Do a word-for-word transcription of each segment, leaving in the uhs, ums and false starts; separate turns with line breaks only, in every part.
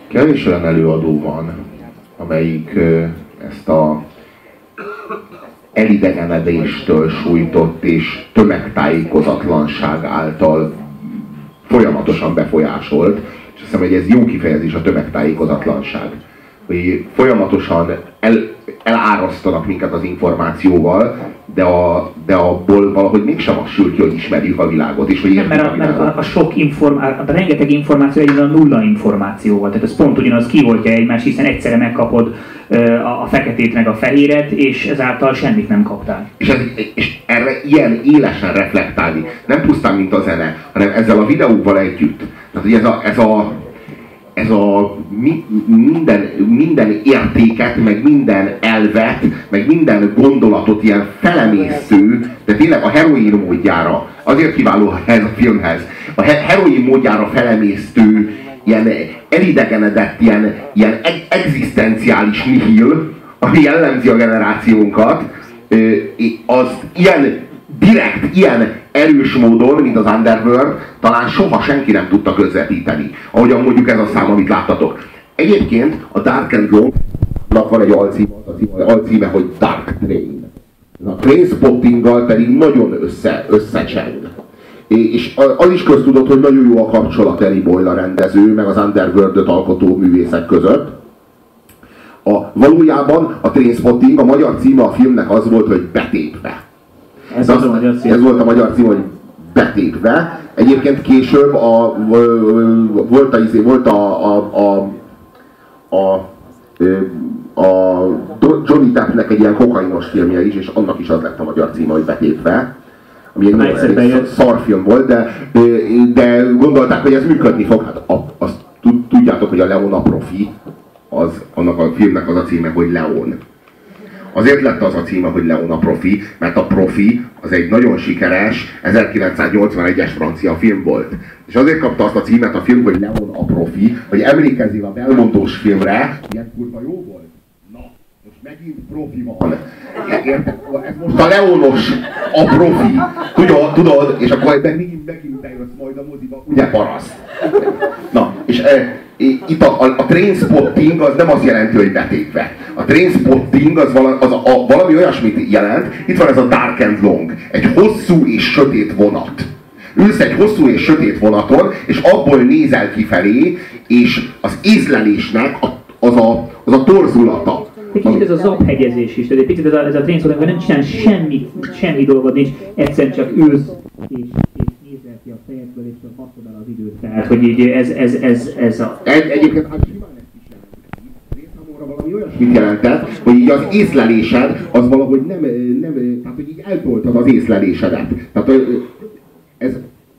Kevés olyan előadó van, amelyik ezt a elidegenedéstől sújtott és tömegtájékozatlanság által folyamatosan befolyásolt, és azt hiszem, hogy ez jó kifejezés, a tömegtájékozatlanság. Hogy folyamatosan el, elárasztanak minket az információval, de, a, de abból valahogy mégsem az sül ki, hogy ismerjük a világot, és hogy értjük
mert a,
a világot.
mert a sok információ, a rengeteg információ egyben a nulla információval, tehát ez pont ugyanaz kioltja egymást, hiszen egyszerre megkapod a feketét meg a fehéret, és ezáltal semmit nem kaptál.
És, ez, és erre ilyen élesen reflektálni, nem pusztán mint a zene, hanem ezzel a videóval együtt. Tehát, hogy ez a, ez a, ez a mi, minden, minden értéket, meg minden elvet, meg minden gondolatot ilyen felemésző, de tényleg a heroin módjára, azért kiváló ez a filmhez, a heroin módjára felemésztő, ilyen elidegenedett, ilyen, ilyen egzisztenciális nihil, ami jellemzi a generációnkat, az ilyen direkt, ilyen erős módon, mint az Underworld, talán soha senki nem tudta közvetíteni. Ahogyan mondjuk ez a szám, amit láttatok. Egyébként a Dark and Long-nak van egy alcíme, az alcíme, hogy Dark Train. A Trainspottinggal pedig nagyon össze, összecseng. És az is köztudott, hogy nagyon jó a kapcsolat Danny Boyle a rendező, meg az Underworld-öt alkotó művészek között. A, valójában a Trainspotting, a magyar címe a filmnek az volt, hogy Betépve.
Ez, az a magyar cím.
Ez volt a magyar cím, hogy Betépve. Egyébként később a, volt, a, volt a, a, a, a, a Johnny Deppnek egy ilyen kokainos filmje is, és annak is az lett a magyar címe, hogy Betépve. Ami egy nagyon szarfilm volt, de, de gondolták, hogy ez működni fog. Hát azt tudjátok, hogy a Leon a profi, az, annak a filmnek az a címe, hogy Leon. Azért lett az a címe, hogy Leon a profi, mert a profi az egy nagyon sikeres ezerkilencszáznyolcvanegyes francia film volt. És azért kapta azt a címet a film, hogy Leon a profi, hogy emlékezzél a Belmontós filmre, ilyen kurva jó volt. Na, most megint profi van. Érted? Ez most a Leonos a profi. Tudod, tudod, és akkor megint, megint bejössz majd a moziba, ugye paraszt. Na, és e, itt a, a, a Trainspotting az nem azt jelenti, hogy betépve. A Trainspotting az, vala, az a, a, valami olyasmit jelent, itt van ez a Dark and Long, egy hosszú és sötét vonat. Ülsz egy hosszú és sötét vonaton, és abból nézel kifelé, és az ízlelésnek az a, az a torzulata.
Egy kicsit ez a zaphegyezés is, tehát egy picit ez a, ez a Trainspotting, nem csinál semmi, semmi dolgod nincs, egyszerűen csak ülsz és, és nézel ki a fejedből, és csak baszod el az időt. Tehát, hogy így ez, ez, ez, ez a...
Egy, egyébként hát simán ezt is jelenti. Számomra valami olyasmit jelentett, hogy így az észlelésed az valahogy nem, nem tehát hogy így eltoltad az észlelésedet. Tehát ez,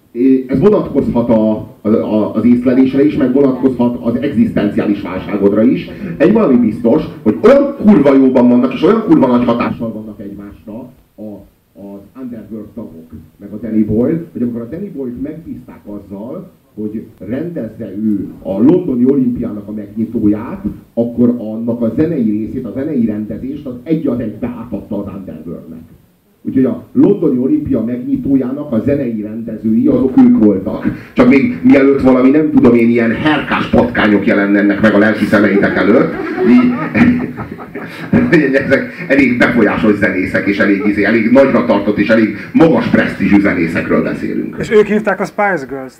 ez vonatkozhat a, a, az észlelésre is, meg vonatkozhat az egzisztenciális válságodra is. Egy valami biztos, hogy olyan kurva jóban vannak, és olyan kurva nagy hatással vannak egymásra a, az Underworld tagok, meg a Danny Boyle, hogy amikor a Danny Boyle-t megbízták azzal, hogy rendezze ő a londoni olimpiának a megnyitóját, akkor annak a zenei részét, a zenei rendezést az egy az egybe átadta az Underworldnek. Úgyhogy a londoni olimpia megnyitójának a zenei rendezői azok ők voltak. Csak még mielőtt valami, nem tudom én, ilyen herkás patkányok jelennek meg a lelki szemeitek előtt. Így, ezek elég befolyásos zenészek, és elég, izé, elég nagyra tartott, és elég magas presztízsű zenészekről beszélünk.
És ők hívták a Spice Girls-t.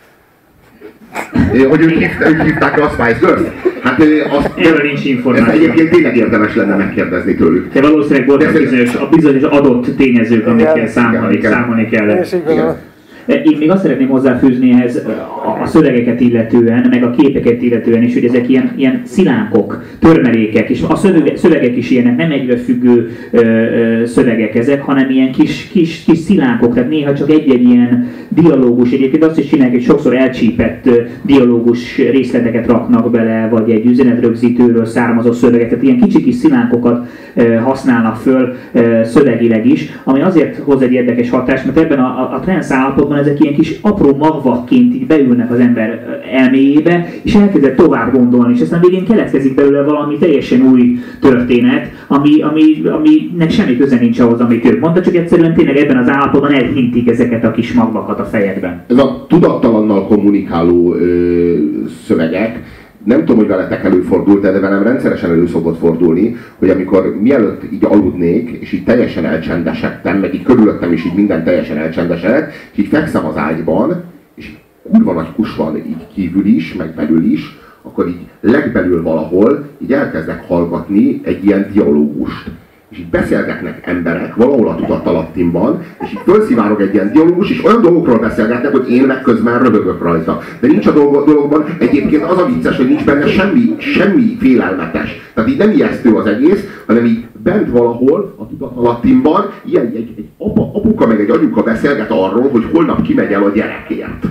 Hogy ők hívták, ők hívták a Spice Girls? Hát azt,
erről nincs információ.
Ezt egyébként tényleg érdemes lenne megkérdezni tőlük.
De valószínűleg voltak bizonyos, a bizonyos adott tényezők, amikkel számolni, számolni kellett. Én még azt szeretném hozzáfűzni ehhez a szövegeket illetően, meg a képeket illetően is, hogy ezek ilyen, ilyen szilánkok, törmelékek, és a szövegek, szövegek is ilyenek, nem egybefüggő szövegek ezek, hanem ilyen kis, kis, kis szilánkok, tehát néha csak egy-egy ilyen dialógus, egyébként azt is csinálják, hogy sokszor elcsípett dialógus részleteket raknak bele, vagy egy üzenetrögzítőről származó szöveget, tehát ilyen kicsi kis szilánkokat használnak föl szövegileg is, ami azért hoz egy érdekes hatást, mert ebben a, a, a transz állapotban ezek ilyen kis apró magvakként így beülnek az ember elméjébe, és elkezdett tovább gondolni, és aztán végén keletkezik belőle valami teljesen új történet, ami, ami, aminek semmi köze nincs ahhoz, amit ők mondta, csak egyszerűen tényleg ebben az állapotban elhintik ezeket a kis magvakat a fejedben.
Ez a tudattalannal kommunikáló ö, szövegek, nem tudom, hogy veletek előfordult, de velem rendszeresen elő szokott fordulni, hogy amikor mielőtt így aludnék, és így teljesen elcsendesedtem, meg így körülöttem is így minden teljesen elcsendesedett, és így fekszem az ágyban, és így kurva nagy kus van így kívül is, meg belül is, akkor így legbelül valahol így elkezdek hallgatni egy ilyen dialógust. És így beszélgetnek emberek valahol a tudatalattimban, és így felszivárog egy ilyen dialógus, és olyan dolgokról beszélgetnek, hogy én meg közben röhögök rajta. De nincs a dologban, egyébként az a vicces, hogy nincs benne semmi, semmi félelmetes. Tehát így nem ijesztő az egész, hanem így bent valahol a tudatalattimban ilyen egy, egy apa, apuka meg egy anyuka beszélget arról, hogy holnap kimegy el a gyerekért.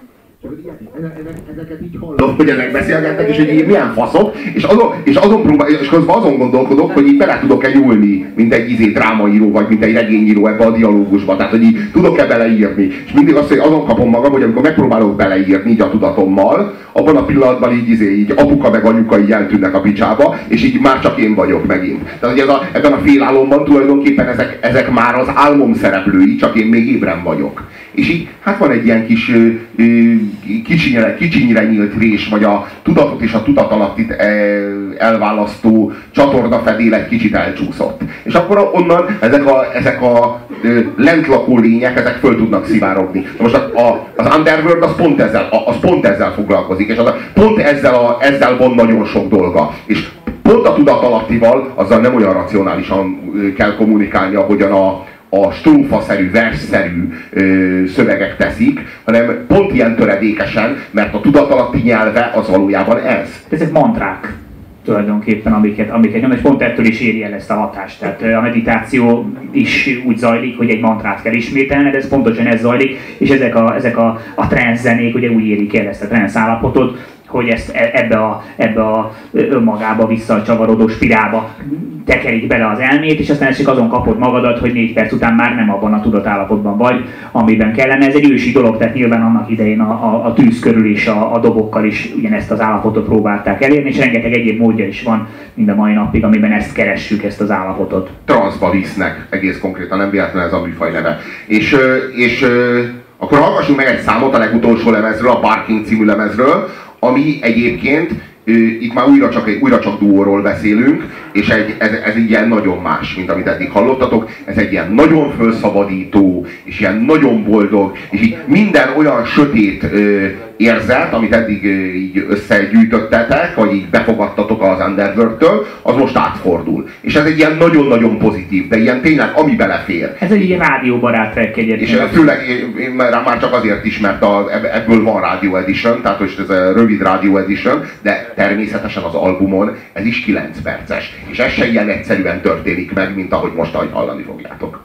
Ezeket így hallom, hogy ezek beszélgetnek, és hogy így milyen faszok, és azon, és azon, próbál, és közben azon gondolkodok, hogy így bele tudok-e nyúlni, mint egy izé drámaíró, vagy mint egy regényíró ebbe a dialógusba, tehát hogy így tudok-e beleírni. És mindig azt, hogy azon kapom magam, hogy amikor megpróbálok beleírni így a tudatommal, abban a pillanatban így, izé, így apuka meg anyuka így eltűnnek a picsába, és így már csak én vagyok megint. Tehát hogy ez a, ebben a félálomban tulajdonképpen ezek, ezek már az álmom szereplői, csak én még ébren vagyok. És így, hát van egy ilyen kis ö, ö, kicsinyre, kicsinyre nyílt rés, vagy a tudatot és a tudatalattit elválasztó csatornafedél egy kicsit elcsúszott. És akkor onnan ezek a, ezek a ö, lentlakó lények, ezek föl tudnak szivárogni. Na most a, a, az Underworld az pont ezzel, az pont ezzel foglalkozik, és az, pont ezzel, a, ezzel van nagyon sok dolga. És pont a tudatalattival azzal nem olyan racionálisan kell kommunikálni, ahogyan a a strófaszerű, versszerű ö, szövegek teszik, hanem pont ilyen töredékesen, mert a tudatalatti nyelve az valójában ez.
Ezek mantrák tulajdonképpen, amiket, amiket nyom, és pont ettől is éri el ezt a hatást. Tehát a meditáció is úgy zajlik, hogy egy mantrát kell ismételni, de ez pontosan ez zajlik, és ezek a, ezek a, a trance zenék ugye úgy érik el ezt a trance állapotot, hogy ezt ebbe a, ebbe a önmagába visszacsavarodó spirálba tekerik bele az elmét, és aztán csak azon kapod magadat, hogy négy perc után már nem abban a tudatállapotban vagy, amiben kellene. Ez egy ősi dolog, tehát nyilván annak idején a, a, a tűz körül is, a, a dobokkal is ugyanezt az állapotot próbálták elérni, és rengeteg egyéb módja is van mind a mai napig, amiben ezt keressük, ezt az állapotot.
Transzba visznek, egész konkrétan, nem véletlenül ez a műfaj neve. És, és akkor hallgassunk meg egy számot a legutolsó lemezről, a Barking című lemezről, ami egyébként, itt már újra csak, újra csak duóról beszélünk, és egy, ez, ez egy ilyen nagyon más, mint amit eddig hallottatok. Ez egy ilyen nagyon felszabadító, és ilyen nagyon boldog, és így minden olyan sötét ö, érzet, amit eddig ö, így összegyűjtöttetek, vagy így befogadtatok az Underworld-től, az most átfordul. És ez egy ilyen nagyon-nagyon pozitív, de ilyen tényleg, ami belefér.
Ez egy ilyen rádióbarát track egyébként.
És főleg én, már csak azért is, mert a, ebből van Radio Edition, tehát most ez a rövid Radio Edition, de természetesen az albumon ez is kilenc perces. És ez se ilyen egyszerűen történik meg, mint ahogy most ahogy hallani fogjátok.